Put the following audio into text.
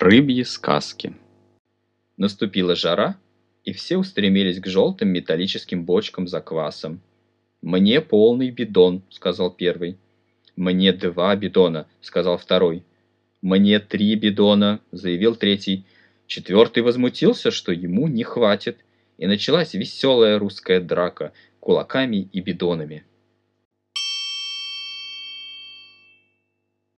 Рыбьи сказки. Наступила жара, и все устремились к желтым металлическим бочкам за квасом. «Мне полный бидон», — сказал первый. «Мне 2 бидона», — сказал второй. «Мне 3 бидона», — заявил третий. Четвертый возмутился, что ему не хватит, и началась веселая русская драка кулаками и бидонами.